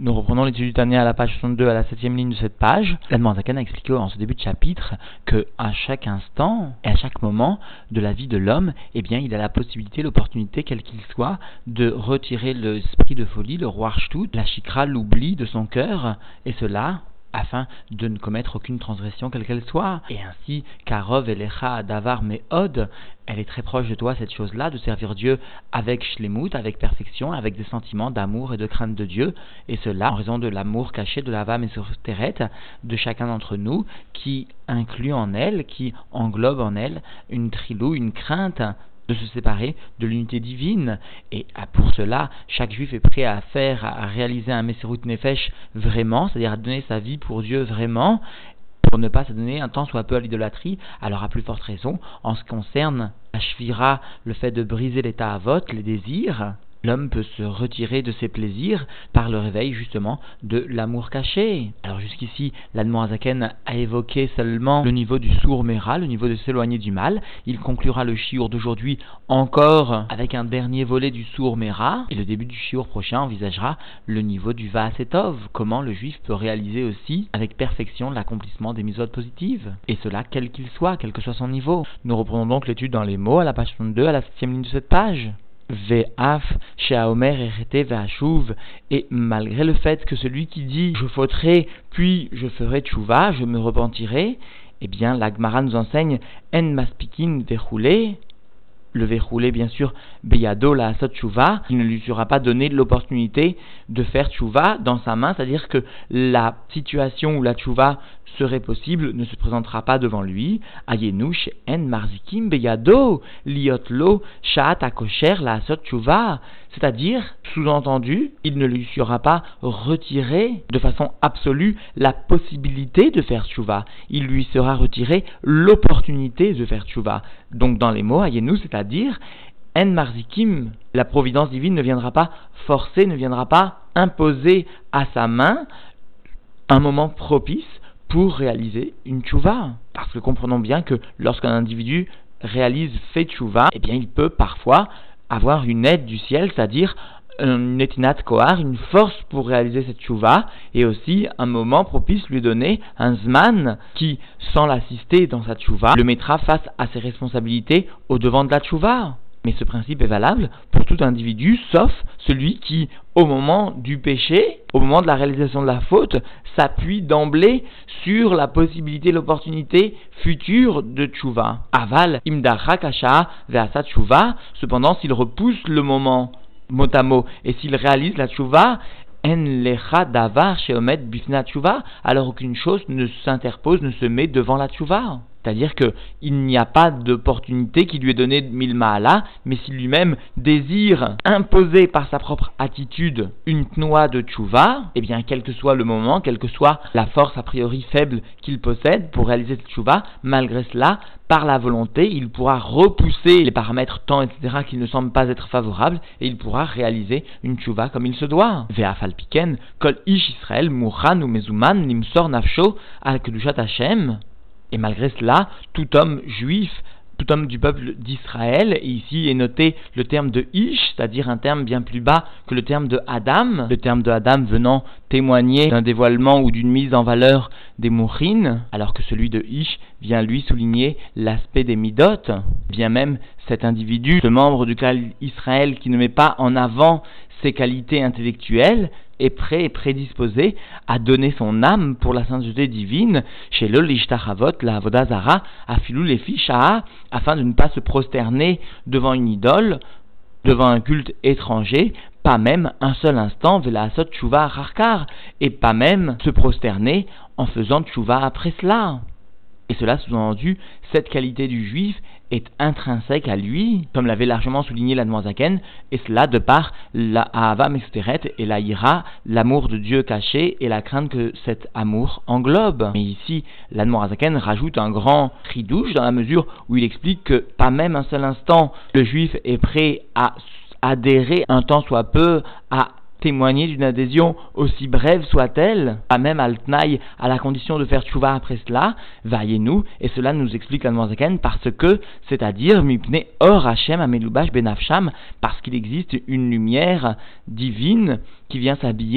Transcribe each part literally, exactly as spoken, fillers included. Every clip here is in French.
Nous reprenons l'étude du Tanya à la page soixante-deux, à la septième ligne de cette page. L'Admor Zaken a expliqué en ce début de chapitre que à chaque instant et à chaque moment de la vie de l'homme, eh bien, il a la possibilité, l'opportunité, quel qu'il soit, de retirer l'esprit de folie, le roi Shtut, la chikra, l'oubli de son cœur, et cela afin de ne commettre aucune transgression quelle qu'elle soit. Et ainsi, Karov Elecha Davar Me'od, elle est très proche de toi, cette chose-là, de servir Dieu avec shlemut, avec perfection, avec des sentiments d'amour et de crainte de Dieu, et cela en raison de l'amour caché de l'Ava Mesoteret de chacun d'entre nous, qui inclut en elle, qui englobe en elle une trilou, une crainte de se séparer de l'unité divine. Et pour cela, chaque juif est prêt à faire, à réaliser un Mesirut Nefesh vraiment, c'est-à-dire à donner sa vie pour Dieu vraiment, pour ne pas se donner un tant soit peu à l'idolâtrie. Alors à plus forte raison, en ce qui concerne la shvira, le fait de briser les ta'avot, les désirs, l'homme peut se retirer de ses plaisirs par le réveil justement de l'amour caché. Alors jusqu'ici, l'Admor Zaken a évoqué seulement le niveau du sourd Mera, le niveau de s'éloigner du mal. Il conclura le shiur d'aujourd'hui encore avec un dernier volet du sourd Mera, et le début du shiur prochain envisagera le niveau du Va'asetov, comment le juif peut réaliser aussi avec perfection l'accomplissement des mitzvot positives, et cela quel qu'il soit, quel que soit son niveau. Nous reprenons donc l'étude dans les mots à la page soixante-deux, à la septième ligne de cette page. Ve'af she'aomer erete ve'ashuv, et malgré le fait que celui qui dit je fauterai puis je ferai tchouva, je me repentirai, eh bien la Gemara nous enseigne en maspikin ve'choulé, le ve'choulé bien sûr beyado la asot tchouva, il ne lui sera pas donné l'opportunité de faire tchouva dans sa main, c'est-à-dire que la situation où la tchouva serait possible ne se présentera pas devant lui. Ayenush en marzikim beyado liotlo shaat akosher la asot tchouva, c'est-à-dire, sous-entendu, il ne lui sera pas retiré de façon absolue la possibilité de faire tchouva, il lui sera retiré l'opportunité de faire tchouva. Donc dans les mots Ayenu, c'est-à-dire en marzikim, la providence divine ne viendra pas forcer, ne viendra pas imposer à sa main un moment propice pour réaliser une tchouva. Parce que comprenons bien que lorsqu'un individu réalise, fait tchouva, eh bien il peut parfois avoir une aide du ciel, c'est-à-dire une etinat kohar, une force pour réaliser cette tchouva, et aussi un moment propice lui donner un zman qui, sans l'assister dans sa tchouva, le mettra face à ses responsabilités au devant de la tchouva. Mais ce principe est valable pour tout individu, sauf celui qui, au moment du péché, au moment de la réalisation de la faute, s'appuie d'emblée sur la possibilité, l'opportunité future de tchouva. Aval imdara kasha ve'asa tchouva, cependant s'il repousse le moment mot à mot, et s'il réalise la tchouva, en lecha davar sheomet bifna tchouva, alors aucune chose ne s'interpose, ne se met devant la tchouva. C'est-à-dire qu'il n'y a pas d'opportunité qui lui est donnée de mille ma'ala, mais si lui-même désire imposer par sa propre attitude une tnoua de tchouva, eh bien quel que soit le moment, quelle que soit la force a priori faible qu'il possède pour réaliser cette tchouva, malgré cela, par la volonté, il pourra repousser les paramètres temps, et cetera qui ne semblent pas être favorables, et il pourra réaliser une tchouva comme il se doit. Ve'afalpiken, kol ish Israël, mouchan ou mezuman, nimsor nafsho, al kedushat Hashem. Et malgré cela, tout homme juif, tout homme du peuple d'Israël, et ici est noté le terme de Ish, c'est-à-dire un terme bien plus bas que le terme de Adam, le terme de Adam venant témoigner d'un dévoilement ou d'une mise en valeur des mourines, alors que celui de Ish vient lui souligner l'aspect des midot. Bien même cet individu, ce membre du clan Israël qui ne met pas en avant ses qualités intellectuelles, est prêt et prédisposé à donner son âme pour la sainteté divine, chez le l'ishtachavot, la avodazara, afilou les fishaa, afin de ne pas se prosterner devant une idole, devant un culte étranger, pas même un seul instant, vela asot tchouva harkar, et pas même se prosterner en faisant tchouva après cela. Et cela sous-entendu, cette qualité du juif est intrinsèque à lui, comme l'avait largement souligné l'Admor Zaken, et cela de par la Ahava Mesoteret et la Ira, l'amour de Dieu caché et la crainte que cet amour englobe. Mais ici, l'Admor Zaken rajoute un grand chidouche dans la mesure où il explique que pas même un seul instant, le juif est prêt à adhérer un temps soit peu à témoigner d'une adhésion aussi brève soit-elle, pas même al tnaï, à la condition de faire tchouva après cela, vaillez-nous, et cela nous explique l'Admor Zaken, parce que, c'est-à-dire, mipne or Hashem amelubash benafsham, parce qu'il existe une lumière divine qui vient s'habiller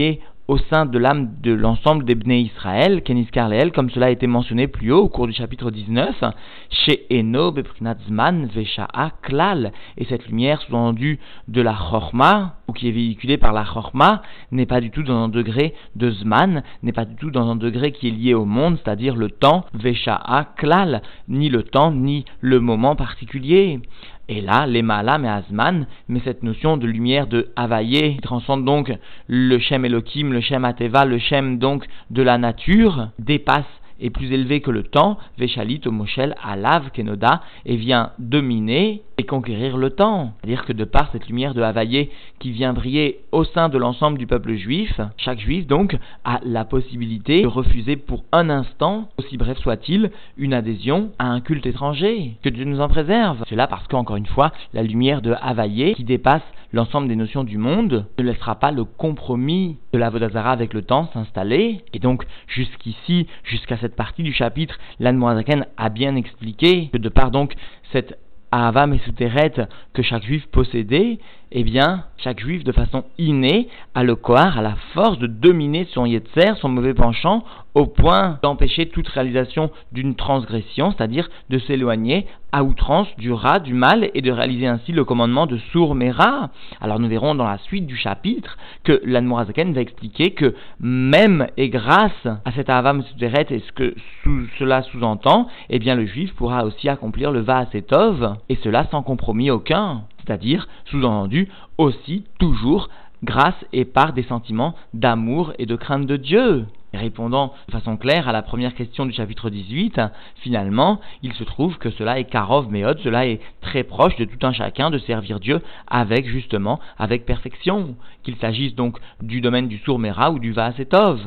au sein de l'âme de l'ensemble des Bnei Israël, Keniskar Leel, comme cela a été mentionné plus haut au cours du chapitre dix-neuf, chez Eno, Beprinat Zman, Vesha'a, Klal, et cette lumière sous-entendue de la Chorma, ou qui est véhiculée par la Chorma, n'est pas du tout dans un degré de Zman, n'est pas du tout dans un degré qui est lié au monde, c'est-à-dire le temps, Vesha'a, Klal, ni le temps, ni le moment particulier. Et là, les Ma'alam et Azman, mais cette notion de lumière de Havaïe, qui transcende donc le Shem Elohim, le Shem Ateva, le Shem donc de la nature, dépasse est plus élevé que le temps, Veshalit au Moshel Alav Kenoda, et vient dominer et conquérir le temps. C'est-à-dire que de par cette lumière de Havaïe qui vient briller au sein de l'ensemble du peuple juif, chaque juif donc a la possibilité de refuser pour un instant, aussi bref soit-il, une adhésion à un culte étranger. Que Dieu nous en préserve. Cela parce qu'encore une fois, la lumière de Havaïe qui dépasse l'ensemble des notions du monde ne laissera pas le compromis de la Avodah Zarah avec le temps s'installer. Et donc jusqu'ici, jusqu'à cette partie du chapitre, l'Admorazaken a bien expliqué que de par donc cette Ahava Mesuteret que chaque juif possédait, eh bien, chaque juif, de façon innée, a le kohar, a la force de dominer son yetzer, son mauvais penchant, au point d'empêcher toute réalisation d'une transgression, c'est-à-dire de s'éloigner à outrance du rat, du mal, et de réaliser ainsi le commandement de Sour Mera. Alors nous verrons dans la suite du chapitre que l'Admorazaken va expliquer que même et grâce à cette Ahava Mesuteret et ce que sous, cela sous-entend, eh bien le juif pourra aussi accomplir le Va'asetov, et cela sans compromis aucun. C'est-à-dire, sous-entendu, aussi, toujours, grâce et par des sentiments d'amour et de crainte de Dieu. Et répondant de façon claire à la première question du chapitre dix-huit, finalement, il se trouve que cela est Karov Meod, cela est très proche de tout un chacun de servir Dieu avec, justement, avec perfection, qu'il s'agisse donc du domaine du Sour Mera ou du Va'asetov.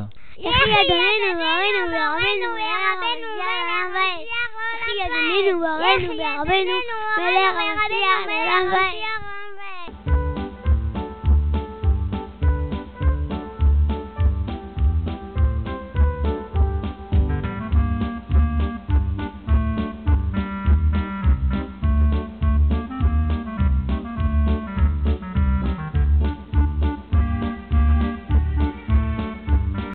Merci à